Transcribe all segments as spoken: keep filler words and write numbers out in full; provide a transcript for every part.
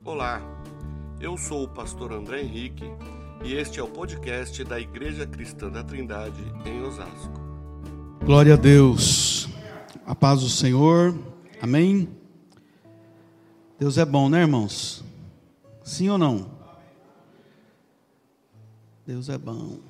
Olá, eu sou o pastor André Henrique e este é o podcast da Igreja Cristã da Trindade em Osasco. Glória a Deus, a paz do Senhor, amém? Deus é bom, né, irmãos? Sim ou não? Deus é bom.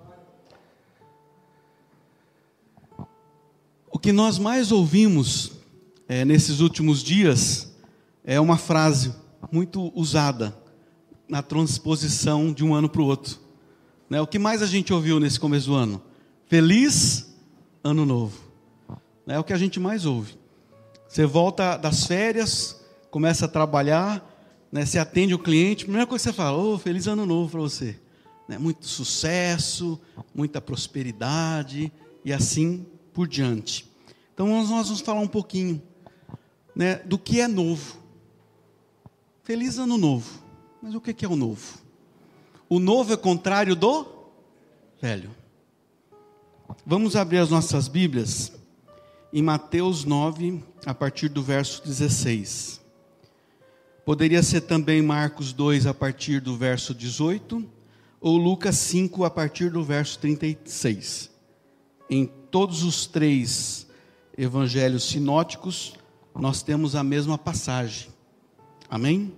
O que nós mais ouvimos é, nesses últimos dias é uma frase muito usada na transposição de um ano para o outro, né? O que mais a gente ouviu nesse começo do ano? Feliz Ano Novo. É o que a gente mais ouve. Você volta das férias, começa a trabalhar, né? Você atende o cliente, a primeira coisa que você fala: oh, feliz Ano Novo para você, né? Muito sucesso, muita prosperidade e assim por diante. Então nós vamos falar um pouquinho, né, do que é novo. Feliz Ano Novo. Mas o que é o novo? O novo é contrário do velho. Vamos abrir as nossas Bíblias em Mateus nove, a partir do verso dezesseis. Poderia ser também Marcos dois, a partir do verso dezoito, ou Lucas cinco, a partir do verso trinta e seis. Em todos os três evangelhos sinóticos, nós temos a mesma passagem. Amém?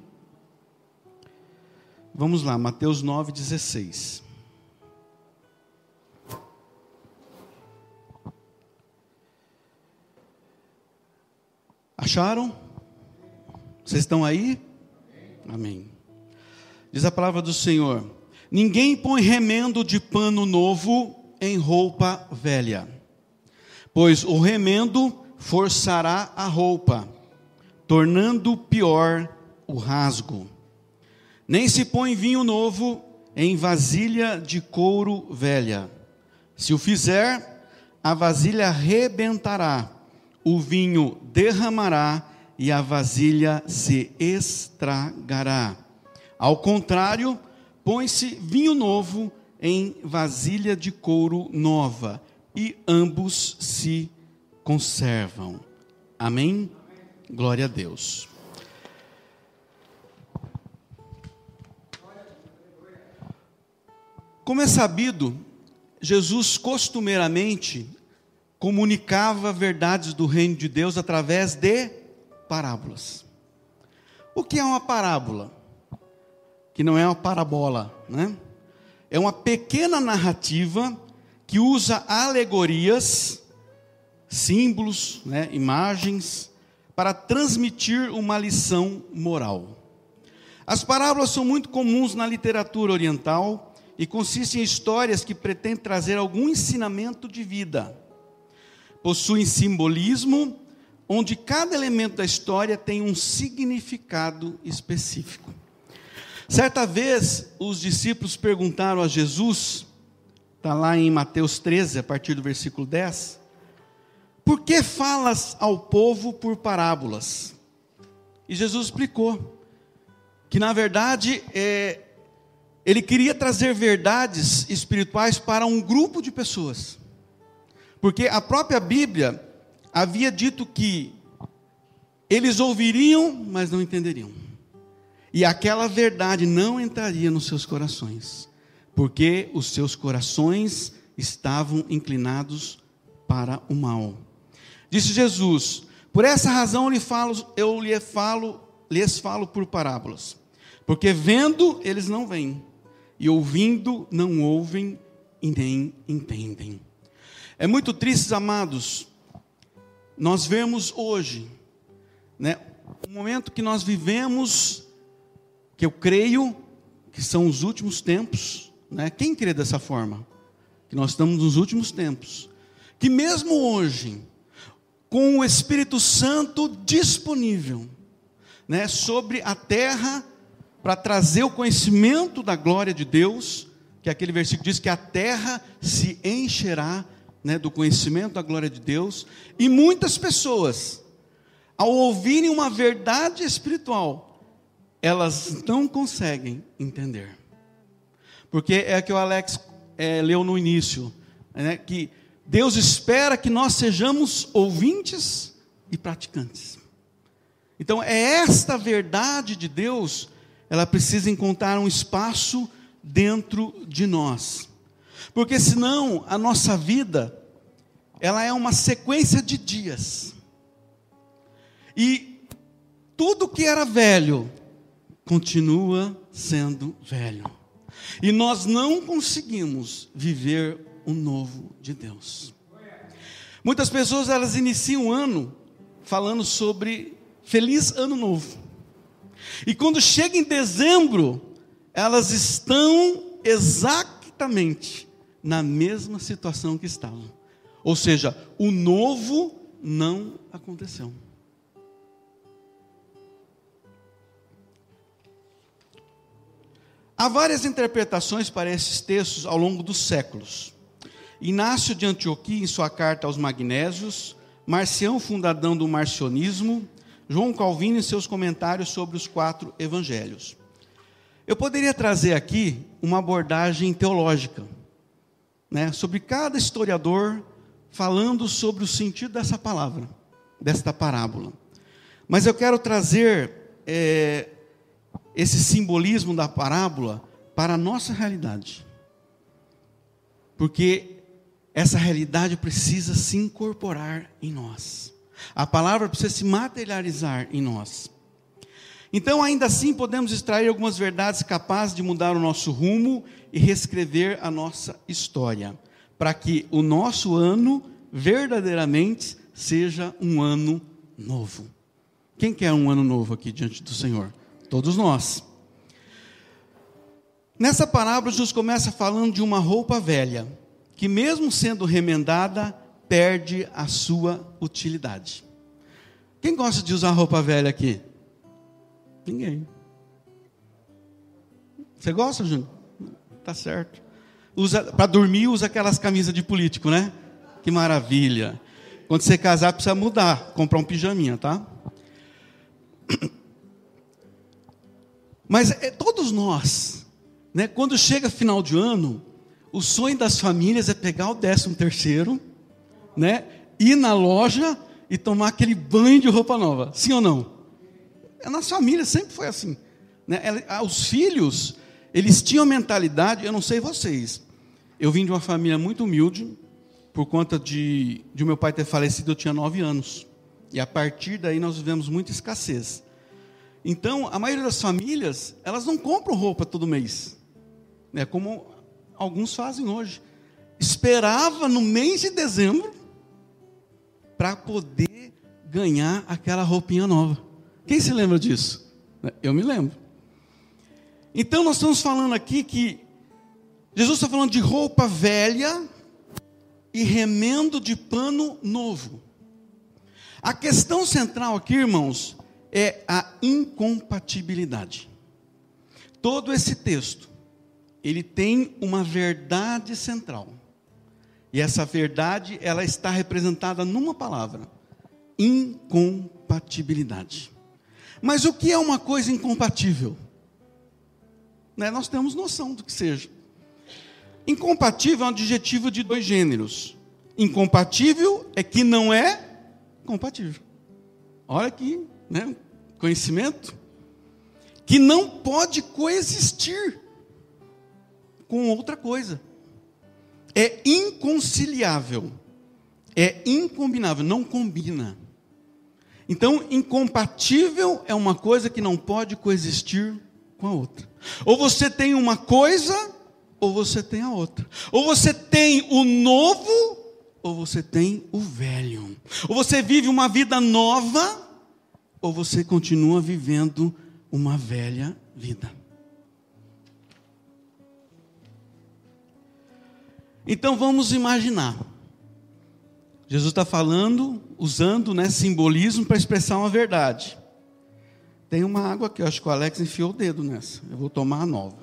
Vamos lá, Mateus nove, dezesseis. Acharam? Vocês estão aí? Amém. Diz a palavra do Senhor: ninguém põe remendo de pano novo em roupa velha, pois o remendo forçará a roupa, tornando pior o rasgo. Nem se põe vinho novo em vasilha de couro velha. Se o fizer, a vasilha rebentará, o vinho derramará e a vasilha se estragará. Ao contrário, põe-se vinho novo em vasilha de couro nova, e ambos se conservam. Amém? Glória a Deus. Como é sabido, Jesus costumeiramente comunicava verdades do reino de Deus através de parábolas. O que é uma parábola? Que não é uma parabola, né? É uma pequena narrativa que usa alegorias, símbolos, né, imagens, para transmitir uma lição moral. As parábolas são muito comuns na literatura oriental e consistem em histórias que pretendem trazer algum ensinamento de vida. Possuem simbolismo, onde cada elemento da história tem um significado específico. Certa vez, os discípulos perguntaram a Jesus, está lá em Mateus treze, a partir do versículo dez, por que falas ao povo por parábolas? E Jesus explicou que, na verdade, é, ele queria trazer verdades espirituais para um grupo de pessoas. Porque a própria Bíblia havia dito que eles ouviriam, mas não entenderiam. E aquela verdade não entraria nos seus corações, porque os seus corações estavam inclinados para o mal. Disse Jesus: por essa razão eu lhe falo, eu lhe falo, lhes falo por parábolas, porque vendo eles não veem, e ouvindo não ouvem e nem entendem. É muito triste, amados, nós vemos hoje, né, um momento que nós vivemos, que eu creio que são os últimos tempos, né? Quem crê dessa forma? Que nós estamos nos últimos tempos, que mesmo hoje, com o Espírito Santo disponível, né, sobre a terra, para trazer o conhecimento da glória de Deus, que aquele versículo diz que a terra se encherá, né, do conhecimento da glória de Deus, e muitas pessoas, ao ouvirem uma verdade espiritual, elas não conseguem entender, porque é o que o Alex é, leu no início, né, que Deus espera que nós sejamos ouvintes e praticantes. Então é esta verdade de Deus ela precisa encontrar um espaço dentro de nós. Porque senão a nossa vida, ela é uma sequência de dias. E tudo que era velho, continua sendo velho. E nós não conseguimos viver o novo de Deus. Muitas pessoas, elas iniciam o ano falando sobre feliz ano novo. E quando chega em dezembro, elas estão exatamente na mesma situação que estavam. Ou seja, o novo não aconteceu. Há várias interpretações para esses textos ao longo dos séculos. Inácio de Antioquia, em sua carta aos Magnésios, Marcião, fundador do marcionismo, João Calvino, em seus comentários sobre os quatro evangelhos. Eu poderia trazer aqui uma abordagem teológica, né, sobre cada historiador falando sobre o sentido dessa palavra, desta parábola. Mas eu quero trazer é, esse simbolismo da parábola para a nossa realidade. Porque essa realidade precisa se incorporar em nós. A palavra precisa se materializar em nós. Então, ainda assim, podemos extrair algumas verdades capazes de mudar o nosso rumo e reescrever a nossa história, para que o nosso ano verdadeiramente seja um ano novo. Quem quer um ano novo aqui diante do Senhor? Todos nós. Nessa parábola, Jesus começa falando de uma roupa velha, que mesmo sendo remendada, perde a sua utilidade. Quem gosta de usar roupa velha aqui? Ninguém. Você gosta, Júnior? Tá certo. Usa para dormir, usa aquelas camisas de político, né? Que maravilha. Quando você casar, precisa mudar, comprar um pijaminha, tá? Mas é, todos nós, né? Quando chega final de ano, o sonho das famílias é pegar o décimo terceiro, né? Ir na loja e tomar aquele banho de roupa nova. Sim ou não? Nas famílias sempre foi assim, né? Os filhos, eles tinham mentalidade, eu não sei vocês. Eu vim de uma família muito humilde, por conta de, de o meu pai ter falecido, eu tinha nove anos. E a partir daí nós vivemos muita escassez. Então, a maioria das famílias, elas não compram roupa todo mês, né? Como alguns fazem hoje. Esperava no mês de dezembro para poder ganhar aquela roupinha nova. Quem se lembra disso? Eu me lembro. Então nós estamos falando aqui que Jesus está falando de roupa velha e remendo de pano novo. A questão central aqui, irmãos, é a incompatibilidade. Todo esse texto, ele tem uma verdade central. E essa verdade, ela está representada numa palavra: incompatibilidade. Mas o que é uma coisa incompatível? Né? Nós temos noção do que seja. Incompatível é um adjetivo de dois gêneros. Incompatível é que não é compatível. Olha aqui, né? Conhecimento. Que não pode coexistir com outra coisa. É inconciliável. É incombinável, não combina. Então, incompatível é uma coisa que não pode coexistir com a outra. Ou você tem uma coisa, ou você tem a outra. Ou você tem o novo, ou você tem o velho. Ou você vive uma vida nova, ou você continua vivendo uma velha vida. Então vamos imaginar. Jesus está falando, usando, né, simbolismo para expressar uma verdade. Tem uma água aqui, eu acho que o Alex enfiou o dedo nessa. Eu vou tomar a nova.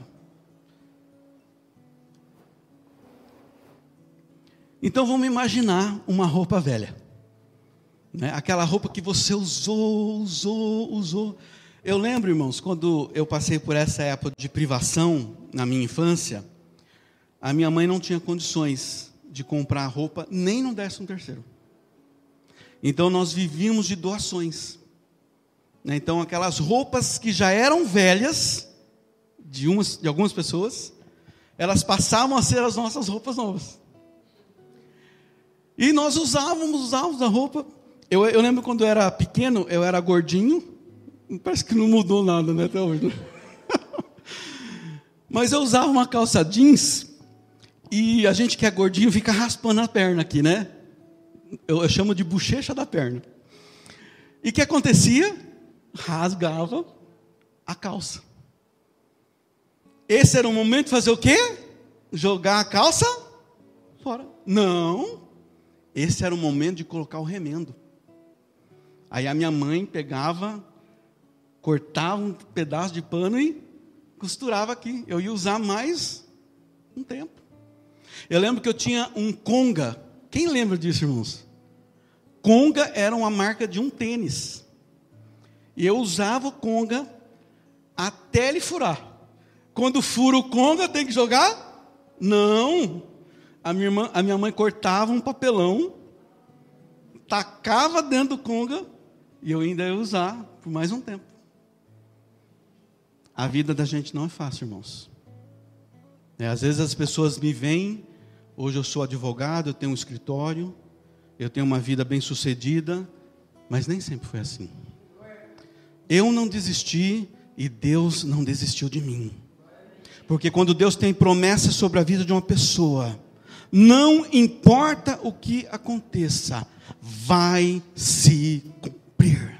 Então vamos imaginar uma roupa velha. Né? Aquela roupa que você usou, usou, usou. Eu lembro, irmãos, quando eu passei por essa época de privação na minha infância, a minha mãe não tinha condições de comprar roupa nem no décimo terceiro. Então nós vivíamos de doações. Então aquelas roupas que já eram velhas, de, umas, de algumas pessoas, elas passavam a ser as nossas roupas novas. E nós usávamos, usávamos a roupa. Eu, eu lembro quando eu era pequeno, eu era gordinho. Parece que não mudou nada, né, até hoje. Né? Mas eu usava uma calça jeans. E a gente que é gordinho fica raspando a perna aqui, né? Eu, eu chamo de bochecha da perna. E o que acontecia? Rasgava a calça. Esse era o momento de fazer o quê? Jogar a calça fora. Não. Esse era o momento de colocar o remendo. Aí a minha mãe pegava, cortava um pedaço de pano e costurava aqui. Eu ia usar mais um tempo. Eu lembro que eu tinha um Conga. Quem lembra disso, irmãos? Conga era uma marca de um tênis. E eu usava o Conga até ele furar. Quando fura o Conga, tem que jogar? Não. A minha, irmã, a minha mãe cortava um papelão, tacava dentro do Conga, e eu ainda ia usar por mais um tempo. A vida da gente não é fácil, irmãos. É, às vezes as pessoas me veem, hoje eu sou advogado, eu tenho um escritório, eu tenho uma vida bem sucedida, mas nem sempre foi assim. Eu não desisti e Deus não desistiu de mim. Porque quando Deus tem promessa sobre a vida de uma pessoa, não importa o que aconteça, vai se cumprir.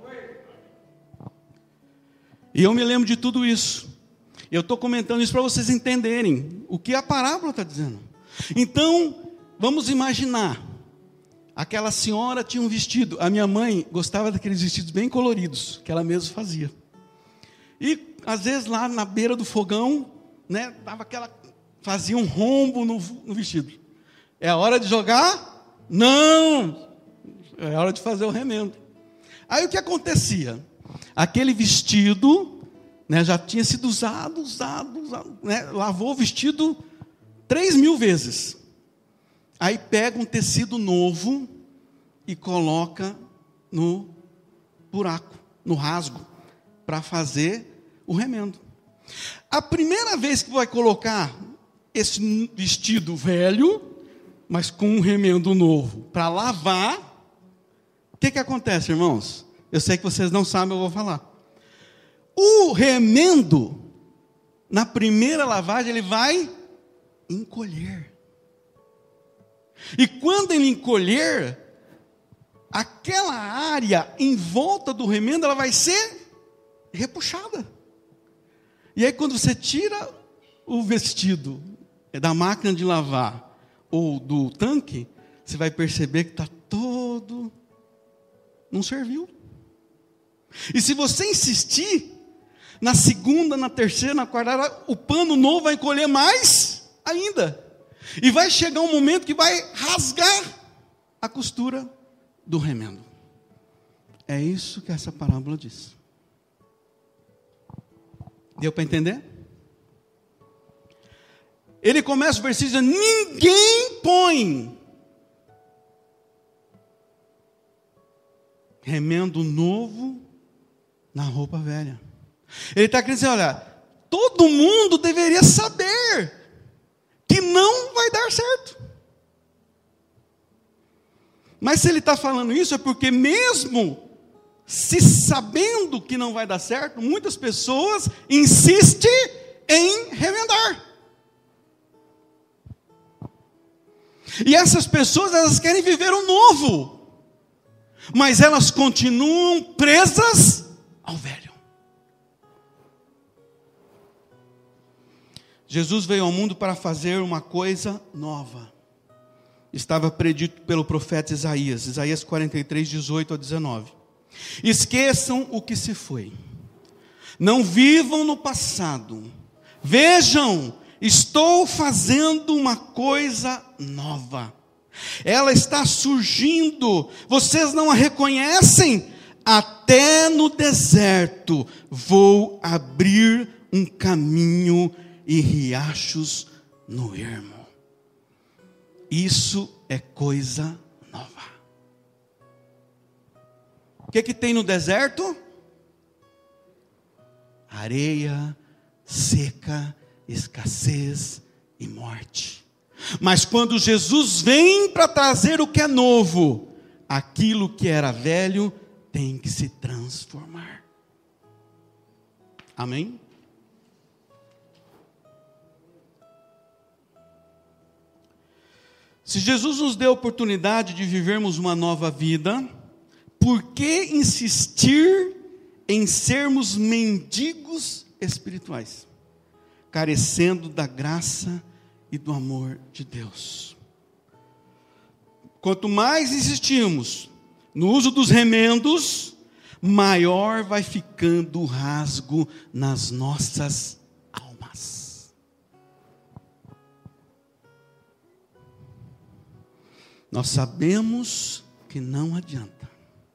E eu me lembro de tudo isso. Eu estou comentando isso para vocês entenderem o que a parábola está dizendo. Então, vamos imaginar. Aquela senhora tinha um vestido. A minha mãe gostava daqueles vestidos bem coloridos, que ela mesma fazia. E, às vezes, lá na beira do fogão, né, dava aquela, fazia um rombo no, no vestido. É a hora de jogar? Não! É a hora de fazer o remendo. Aí o que acontecia? Aquele vestido, né, já tinha sido usado, usado, usado, né, lavou o vestido três mil vezes. Aí pega um tecido novo e coloca no buraco, no rasgo, para fazer o remendo. A primeira vez que vai colocar esse vestido velho, mas com um remendo novo, para lavar, o que, que acontece, irmãos? Eu sei que vocês não sabem, eu vou falar. O remendo, na primeira lavagem, ele vai encolher. E quando ele encolher, aquela área em volta do remendo, ela vai ser repuxada. E aí quando você tira o vestido da máquina de lavar ou do tanque, você vai perceber que está todo, não serviu. E se você insistir, na segunda, na terceira, na quarta, o pano novo vai encolher mais ainda. E vai chegar um momento que vai rasgar a costura do remendo. É isso que essa parábola diz. Deu para entender? Ele começa o versículo dizendo: ninguém põe remendo novo na roupa velha. Ele está querendo dizer, olha, todo mundo deveria saber que não vai dar certo. Mas se ele está falando isso é porque mesmo se sabendo que não vai dar certo, muitas pessoas insistem em remendar. E essas pessoas, elas querem viver o novo, mas elas continuam presas ao velho. Jesus veio ao mundo para fazer uma coisa nova. Estava predito pelo profeta Isaías, Isaías quarenta e três, dezoito a dezenove. Esqueçam o que se foi. Não vivam no passado. Vejam, estou fazendo uma coisa nova. Ela está surgindo. Vocês não a reconhecem? Até no deserto vou abrir um caminho e riachos no ermo. Isso é coisa nova. O que que tem no deserto? Areia, seca, escassez e morte. Mas quando Jesus vem para trazer o que é novo, aquilo que era velho tem que se transformar. Amém? Se Jesus nos deu a oportunidade de vivermos uma nova vida, por que insistir em sermos mendigos espirituais, carecendo da graça e do amor de Deus? Quanto mais insistimos no uso dos remendos, maior vai ficando o rasgo nas nossas almas. Nós sabemos que não adianta,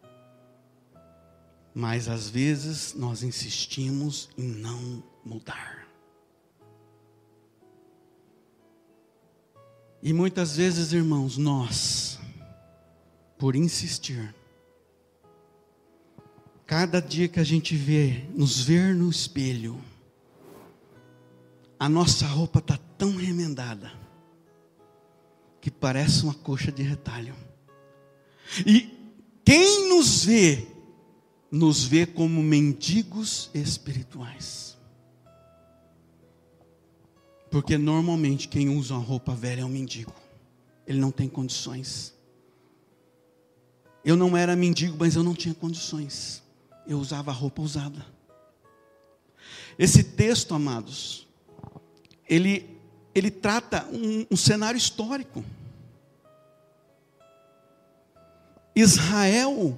mas às vezes nós insistimos em não mudar. E muitas vezes, irmãos, nós, por insistir, cada dia que a gente vê, nos ver no espelho, a nossa roupa está tão remendada, que parece uma coxa de retalho. E quem nos vê, nos vê como mendigos espirituais. Porque normalmente quem usa uma roupa velha é um mendigo. Ele não tem condições. Eu não era mendigo, mas eu não tinha condições. Eu usava roupa usada. Esse texto, amados, ele, ele trata um, um cenário histórico. Israel,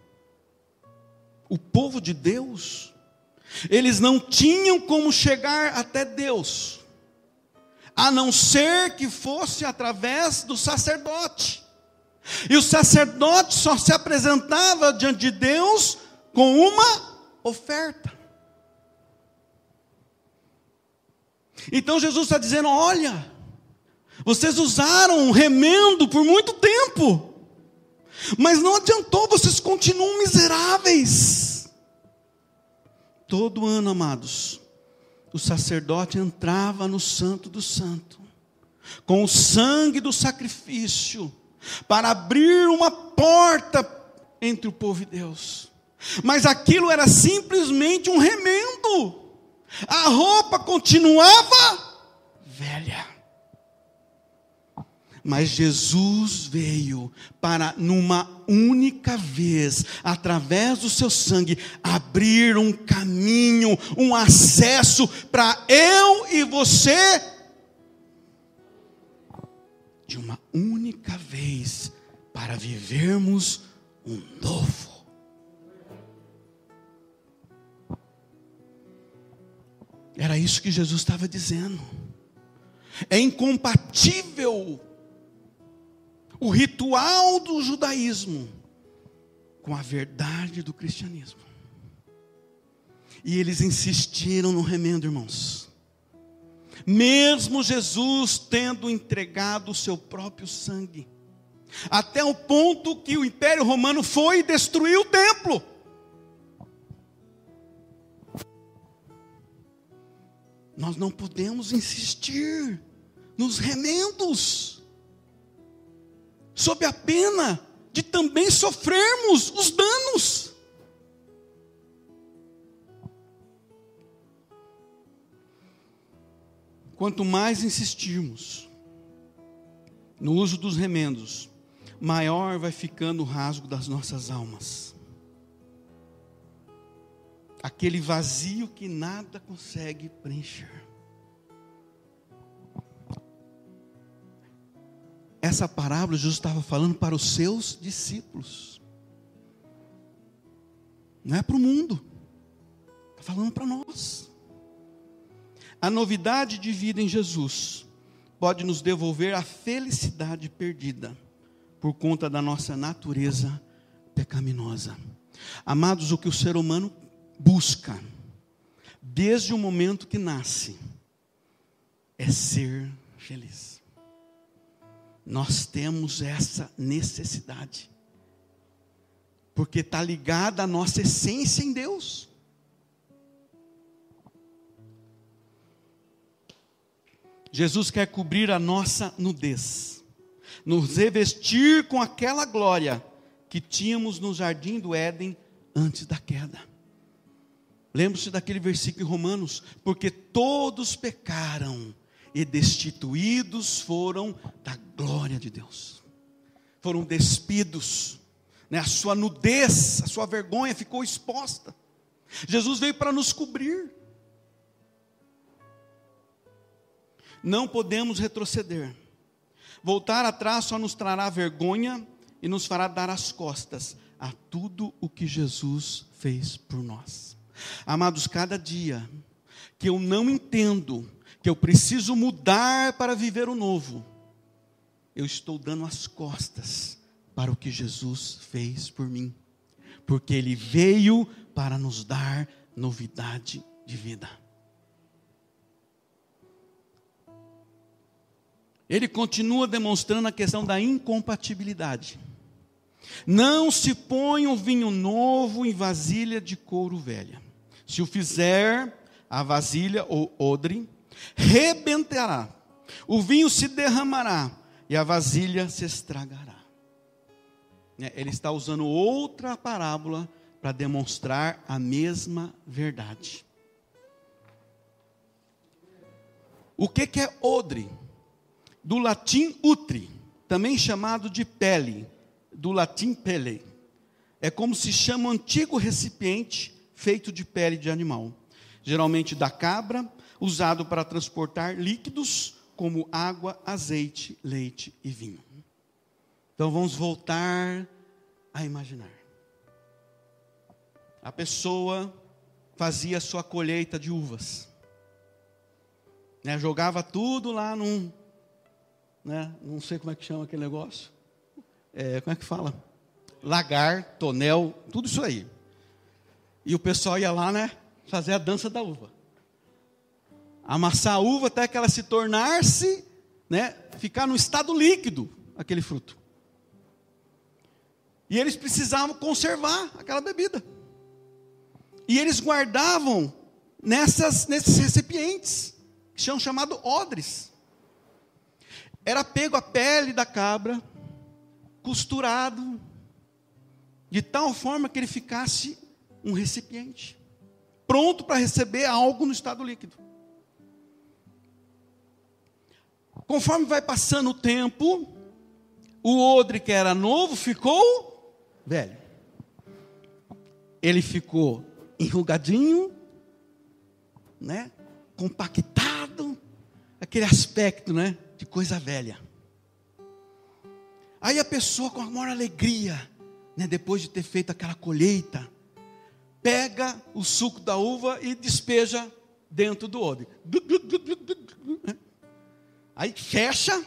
o povo de Deus, eles não tinham como chegar até Deus, a não ser que fosse através do sacerdote. E o sacerdote só se apresentava diante de Deus com uma oferta. Então Jesus está dizendo: olha, vocês usaram um remendo por muito tempo, mas não adiantou, vocês continuam miseráveis. Todo ano, amados, o sacerdote entrava no Santo do Santo, com o sangue do sacrifício, para abrir uma porta entre o povo e Deus. Mas aquilo era simplesmente um remendo. A roupa continuava velha. Mas Jesus veio para, numa única vez, através do seu sangue, abrir um caminho, um acesso para eu e você, de uma única vez, para vivermos um novo. Era isso que Jesus estava dizendo. É incompatível o ritual do judaísmo com a verdade do cristianismo. E eles insistiram no remendo, irmãos. Mesmo Jesus tendo entregado o seu próprio sangue, até o ponto que o Império Romano foi e destruiu o templo. Nós não podemos insistir nos remendos, sob a pena de também sofrermos os danos. Quanto mais insistirmos no uso dos remendos, maior vai ficando o rasgo das nossas almas. Aquele vazio que nada consegue preencher. Essa parábola Jesus estava falando para os seus discípulos. Não é para o mundo. Está falando para nós. A novidade de vida em Jesus pode nos devolver a felicidade perdida por conta da nossa natureza pecaminosa. Amados, o que o ser humano busca, desde o momento que nasce, é ser feliz. Nós temos essa necessidade, porque está ligada à nossa essência em Deus. Jesus quer cobrir a nossa nudez, nos revestir com aquela glória que tínhamos no jardim do Éden antes da queda. Lembre-se daquele versículo em Romanos: porque todos pecaram e destituídos foram da glória de Deus. Foram despidos, né? A sua nudez, a sua vergonha ficou exposta. Jesus veio para nos cobrir. Não podemos retroceder. Voltar atrás só nos trará vergonha e nos fará dar as costas a tudo o que Jesus fez por nós. Amados, cada dia que eu não entendo que eu preciso mudar para viver o novo, eu estou dando as costas para o que Jesus fez por mim, porque Ele veio para nos dar novidade de vida. Ele continua demonstrando a questão da incompatibilidade. Não se põe um vinho novo em vasilha de couro velha. Se o fizer, a vasilha ou odre rebentará, o vinho se derramará e a vasilha se estragará. Ele está usando outra parábola para demonstrar a mesma verdade. O que que é odre? Do latim utre, também chamado de pele, do latim pele. É como se chama um antigo recipiente feito de pele de animal, geralmente da cabra, usado para transportar líquidos como água, azeite, leite e vinho. Então vamos voltar a imaginar. A pessoa fazia sua colheita de uvas, né? Jogava tudo lá num, né? Não sei como é que chama aquele negócio, é, como é que fala? Lagar, tonel, tudo isso aí. E o pessoal ia lá, né, fazer a dança da uva. Amassar a uva até que ela se tornasse, né, ficar no estado líquido, aquele fruto. E eles precisavam conservar aquela bebida. E eles guardavam nessas, nesses recipientes, que são chamados odres. Era pego a pele da cabra, costurado, de tal forma que ele ficasse um recipiente, pronto para receber algo no estado líquido. Conforme vai passando o tempo, o odre que era novo ficou velho. Ele ficou enrugadinho, né? Compactado, aquele aspecto, né, de coisa velha. Aí a pessoa, com a maior alegria, né, depois de ter feito aquela colheita, pega o suco da uva e despeja dentro do odre. Aí fecha.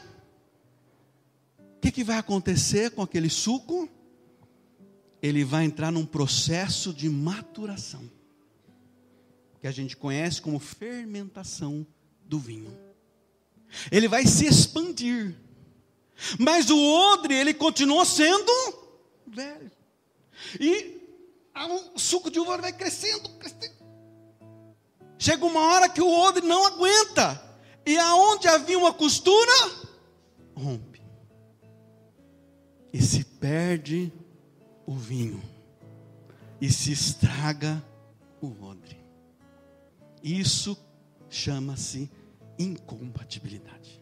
O que, que vai acontecer com aquele suco? Ele vai entrar num processo de maturação, que a gente conhece como fermentação do vinho. Ele vai se expandir, mas o odre, ele continua sendo velho. E o suco de uva vai crescendo, crescendo. Chega uma hora que o odre não aguenta, e aonde havia uma costura, rompe, e se perde o vinho, e se estraga o odre. Isso chama-se incompatibilidade.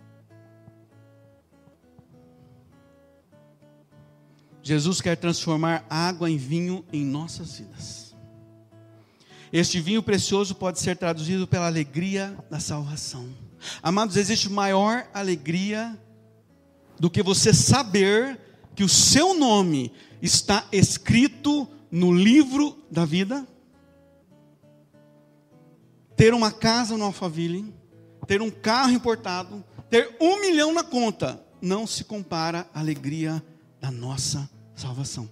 Jesus quer transformar água em vinho em nossas vidas. Este vinho precioso pode ser traduzido pela alegria da salvação. Amados, existe maior alegria do que você saber que o seu nome está escrito no livro da vida? Ter uma casa no Alphaville, ter um carro importado, ter um milhão na conta, não se compara à alegria da nossa salvação.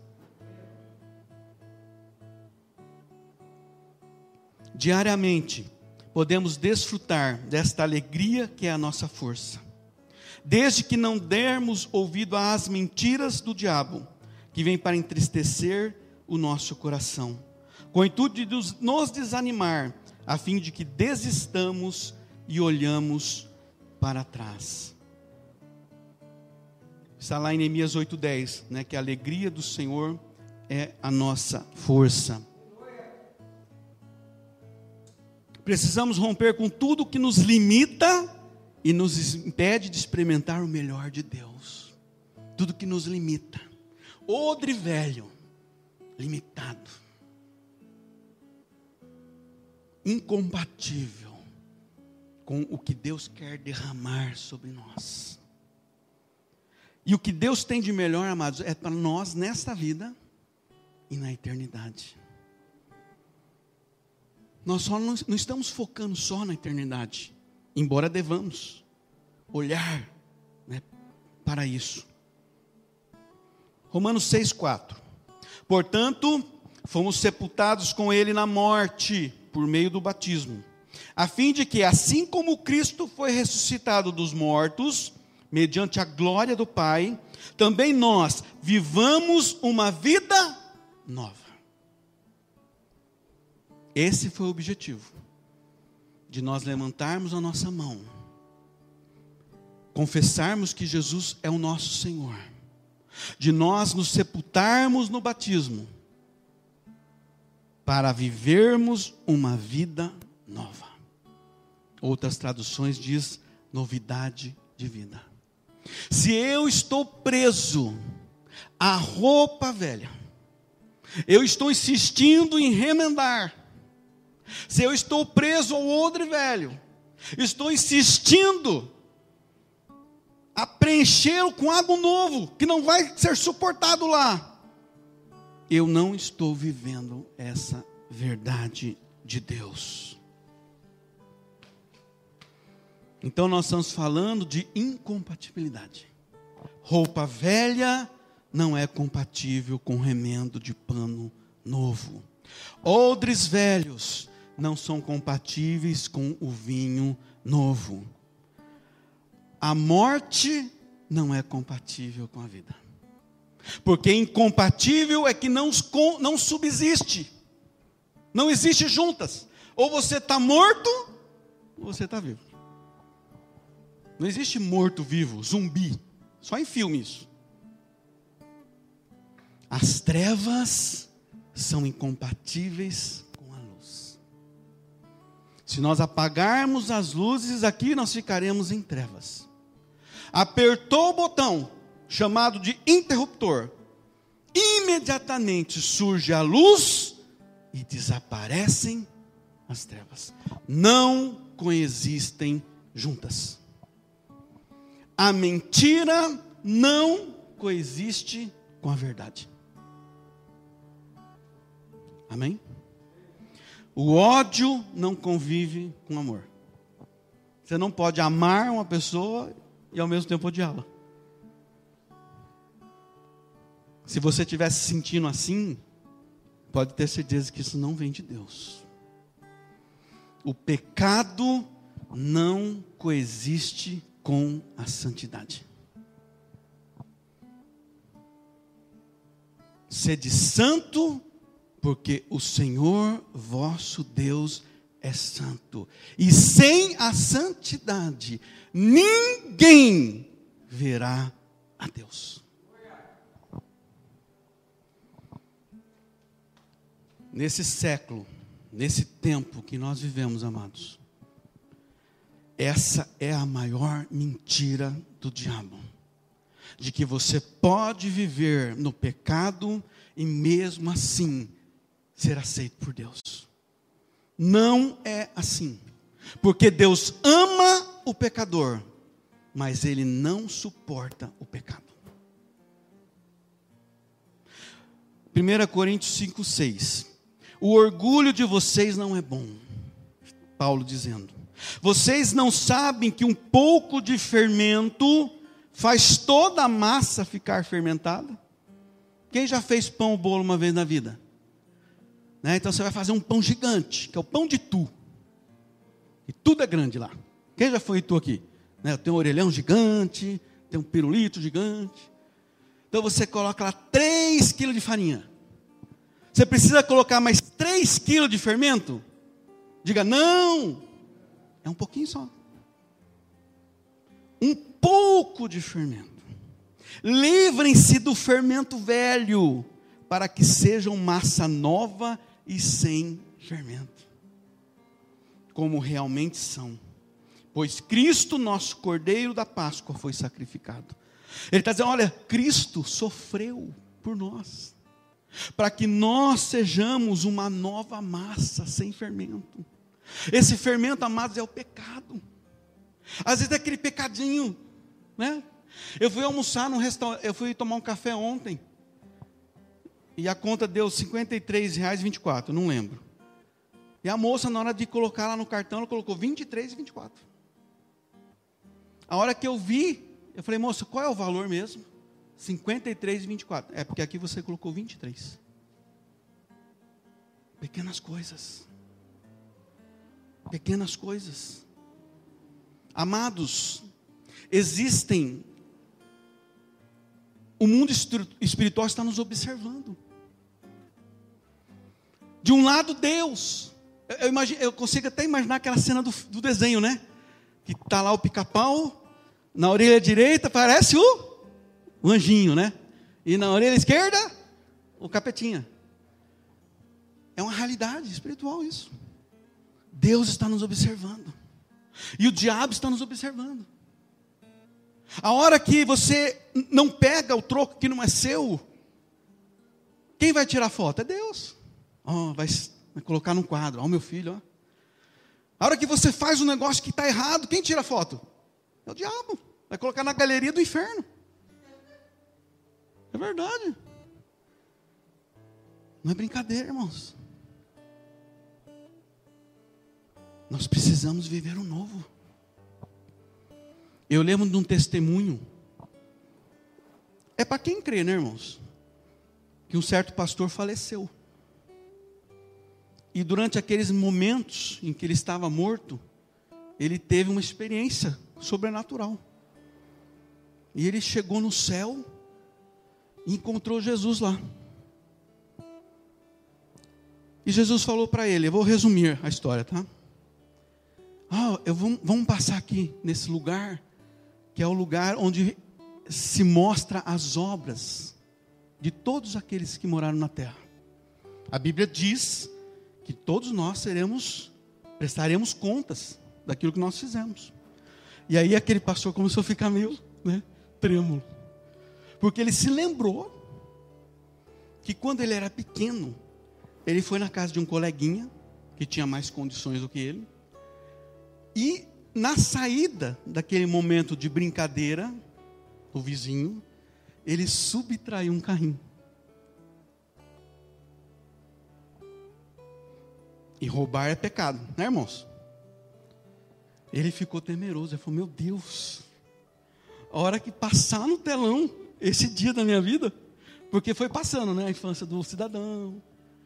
Diariamente, podemos desfrutar desta alegria que é a nossa força, desde que não dermos ouvido às mentiras do diabo, que vem para entristecer o nosso coração, com o intuito de nos desanimar, a fim de que desistamos e olhamos para trás. Está lá em Neemias oito, dez, né, que a alegria do Senhor é a nossa força. Precisamos romper com tudo que nos limita e nos impede de experimentar o melhor de Deus. Tudo que nos limita. Odre velho, limitado, incompatível com o que Deus quer derramar sobre nós. E o que Deus tem de melhor, amados, é para nós nesta vida e na eternidade. Nós só não, não estamos focando só na eternidade, embora devamos olhar, né, para isso. Romanos seis, quatro. Portanto, fomos sepultados com Ele na morte, por meio do batismo, a fim de que, assim como Cristo foi ressuscitado dos mortos, mediante a glória do Pai, também nós vivamos uma vida nova. Esse foi o objetivo, de nós levantarmos a nossa mão, confessarmos que Jesus é o nosso Senhor, de nós nos sepultarmos no batismo, para vivermos uma vida nova. Outras traduções diz novidade de vida. Se eu estou preso à roupa velha, eu estou insistindo em remendar. Se eu estou preso ao odre velho, estou insistindo a preenchê-lo com algo novo, que não vai ser suportado lá, eu não estou vivendo essa verdade de Deus. Então nós estamos falando de incompatibilidade. Roupa velha não é compatível com remendo de pano novo. Odres velhos não são compatíveis com o vinho novo. A morte não é compatível com a vida. Porque incompatível é que não, não subsiste. Não existe juntas. Ou você está morto, ou você está vivo. Não existe morto-vivo, zumbi. Só em filme isso. As trevas são incompatíveis com a luz. Se nós apagarmos as luzes aqui, nós ficaremos em trevas. Apertou o botão, chamado de interruptor, imediatamente surge a luz e desaparecem as trevas. Não coexistem juntas. A mentira não coexiste com a verdade. Amém? O ódio não convive com o amor. Você não pode amar uma pessoa e ao mesmo tempo odiá-la. Se você estiver se sentindo assim, pode ter certeza que isso não vem de Deus. O pecado não coexiste com a santidade. Sede santo, porque o Senhor vosso Deus é santo. E sem a santidade, ninguém verá a Deus. Nesse século, nesse tempo que nós vivemos, amados, essa é a maior mentira do diabo. De que você pode viver no pecado e mesmo assim ser aceito por Deus. Não é assim. Porque Deus ama o pecador, mas Ele não suporta o pecado. primeira Coríntios cinco, seis. O orgulho de vocês não é bom. Paulo dizendo. Vocês não sabem que um pouco de fermento faz toda a massa ficar fermentada? Quem já fez pão ou bolo uma vez na vida? Né? Então você vai fazer um pão gigante, que é o pão de Itu. E tudo é grande lá. Quem já foi Itu aqui? Né? Tem um orelhão gigante, tem um pirulito gigante. Então você coloca lá três quilos de farinha. Você precisa colocar mais três quilos de fermento? Diga, não, é um pouquinho só. um pouco de fermento. Livrem-se do fermento velho, para que sejam massa nova e sem fermento, como realmente são. Pois Cristo, nosso Cordeiro da Páscoa, foi sacrificado. Ele está dizendo, olha, Cristo sofreu por nós, para que nós sejamos uma nova massa sem fermento. Esse fermento, amados, é o pecado. Às vezes é aquele pecadinho, né? Eu fui almoçar num restaurante, eu fui tomar um café ontem, e a conta deu cinquenta e três reais e vinte e quatro, não lembro. E a moça, na hora de colocar lá no cartão, ela colocou vinte e três reais e vinte e quatro. A hora que eu vi, eu falei, moça, qual é o valor mesmo? cinquenta e três reais e vinte e quatro. É porque aqui você colocou vinte e três. Pequenas coisas. Pequenas coisas. Amados, existem, o mundo espiritual está nos observando. De um lado, Deus, eu, imagino, eu consigo até imaginar aquela cena do, do desenho, né? Que está lá o pica-pau, na orelha direita parece o, o anjinho, né? E na orelha esquerda, o capetinha. É uma realidade espiritual isso. Deus está nos observando. E o diabo está nos observando. A hora que você não pega o troco que não é seu, quem vai tirar foto? É Deus. Oh, vai, vai colocar num quadro. Ó, oh, meu filho, ó. A hora que você faz um negócio que está errado, quem tira a foto? É o diabo. Vai colocar na galeria do inferno. É verdade. Não é brincadeira, irmãos. Nós precisamos viver o novo. Eu lembro de um testemunho. É para quem crê, né, irmãos? Que um certo pastor faleceu. E durante aqueles momentos em que ele estava morto, ele teve uma experiência sobrenatural. E ele chegou no céu e encontrou Jesus lá. E Jesus falou para ele, eu vou resumir a história, tá? Ah, eu vou, vamos passar aqui nesse lugar, que é o lugar onde se mostra as obras de todos aqueles que moraram na terra. A Bíblia diz que todos nós seremos, prestaremos contas daquilo que nós fizemos. E aí aquele pastor começou a ficar meio, né, trêmulo, porque ele se lembrou que quando ele era pequeno, ele foi na casa de um coleguinha que tinha mais condições do que ele. E na saída daquele momento de brincadeira, o vizinho, ele subtraiu um carrinho. E roubar é pecado, né, irmãos? Ele ficou temeroso, ele falou, meu Deus, a hora que passar no telão, esse dia da minha vida, porque foi passando, né, a infância do cidadão.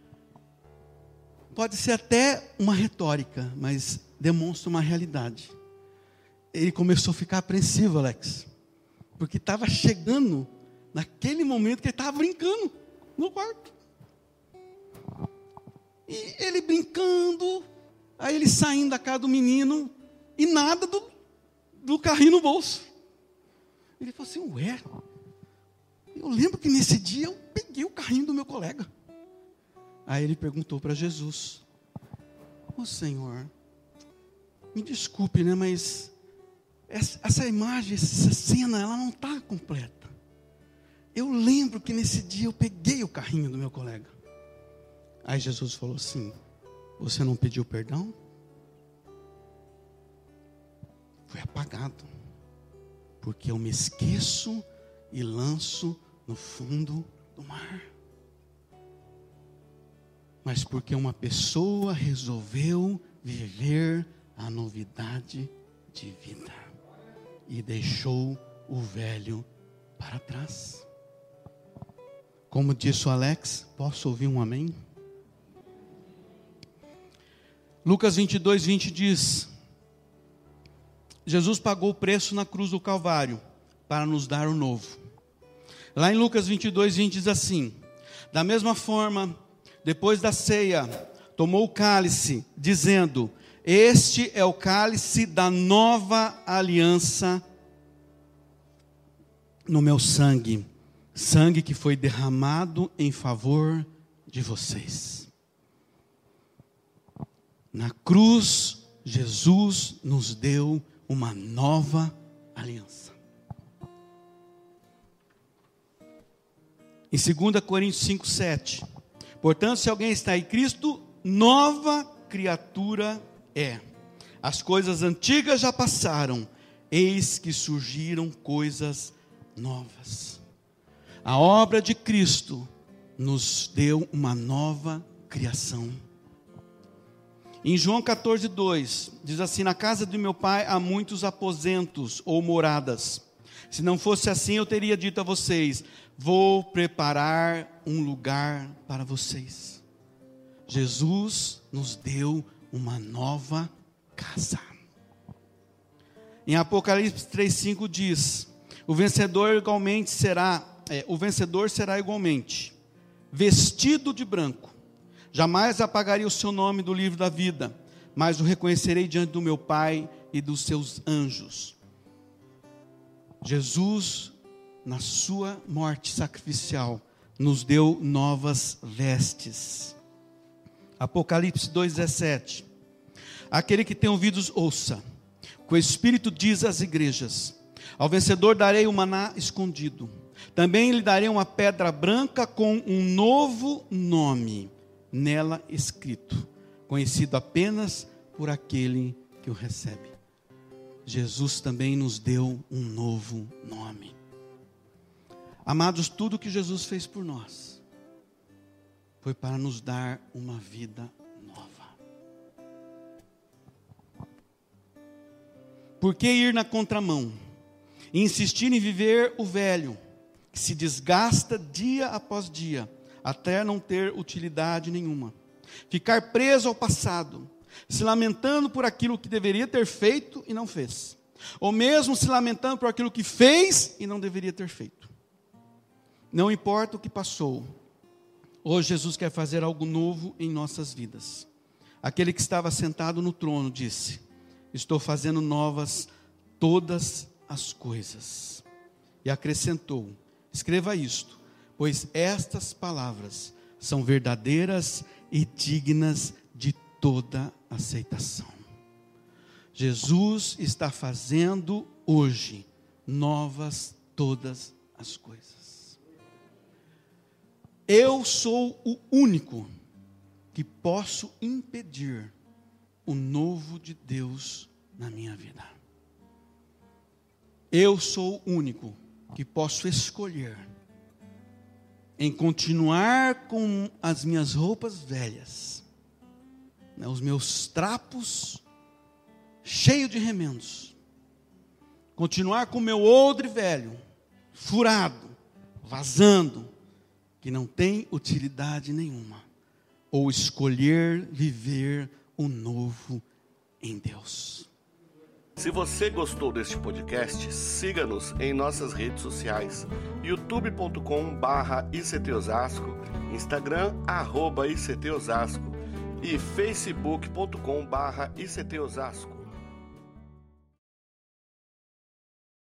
Pode ser até uma retórica, mas demonstra uma realidade. Ele começou a ficar apreensivo, Alex, porque estava chegando naquele momento que ele estava brincando no quarto. E ele brincando, aí ele saindo da casa do menino, e nada do, do carrinho no bolso. Ele falou assim, ué, eu lembro que nesse dia eu peguei o carrinho do meu colega. Aí ele perguntou para Jesus, ô Senhor, me desculpe, né, mas essa, essa imagem, essa cena, ela não está completa. Eu lembro que nesse dia eu peguei o carrinho do meu colega. Aí Jesus falou assim, você não pediu perdão? Foi apagado, porque eu me esqueço e lanço no fundo do mar. Mas porque uma pessoa resolveu viver a novidade de vida e deixou o velho para trás. Como disse o Alex, posso ouvir um amém? Lucas vinte e dois, vinte diz, Jesus pagou o preço na cruz do Calvário para nos dar o novo. Lá em Lucas vinte e dois, vinte diz assim, da mesma forma, depois da ceia, tomou o cálice, dizendo, este é o cálice da nova aliança no meu sangue, sangue que foi derramado em favor de vocês. Na cruz, Jesus nos deu uma nova aliança. Em dois Coríntios cinco, sete. Portanto, se alguém está em Cristo, nova criatura é. As coisas antigas já passaram, eis que surgiram coisas novas. A obra de Cristo nos deu uma nova criação. Em João catorze, dois, diz assim: na casa de meu pai há muitos aposentos ou moradas. Se não fosse assim, eu teria dito a vocês: vou preparar um lugar para vocês. Jesus nos deu uma nova casa. Em Apocalipse três, cinco diz: o vencedor igualmente será, é, o vencedor será igualmente vestido de branco. Jamais apagaria o seu nome do livro da vida, mas o reconhecerei diante do meu Pai e dos seus anjos. Jesus, na sua morte sacrificial, nos deu novas vestes. Apocalipse dois, dezessete. Aquele que tem ouvidos, ouça. O Espírito diz às igrejas: ao vencedor darei o maná escondido. Também lhe darei uma pedra branca com um novo nome nela escrito, conhecido apenas por aquele que o recebe. Jesus também nos deu um novo nome. Amados, tudo que Jesus fez por nós foi para nos dar uma vida nova. Por que ir na contramão e insistir em viver o velho, que se desgasta dia após dia, até não ter utilidade nenhuma? Ficar preso ao passado, se lamentando por aquilo que deveria ter feito e não fez, ou mesmo se lamentando por aquilo que fez e não deveria ter feito. Não importa o que passou, hoje Jesus quer fazer algo novo em nossas vidas. Aquele que estava sentado no trono disse: estou fazendo novas todas as coisas. E acrescentou: escreva isto, pois estas palavras são verdadeiras e dignas de toda aceitação. Jesus está fazendo hoje novas todas as coisas. Eu sou o único que posso impedir o novo de Deus na minha vida. Eu sou o único que posso escolher em continuar com as minhas roupas velhas, né, os meus trapos cheios de remendos, continuar com o meu odre velho, furado, vazando, que não tem utilidade nenhuma, ou escolher viver o novo em Deus. Se você gostou deste podcast, siga-nos em nossas redes sociais: youtube ponto com barra I C T Osasco, Instagram arroba I C T Osasco e facebook ponto com barra I C T Osasco.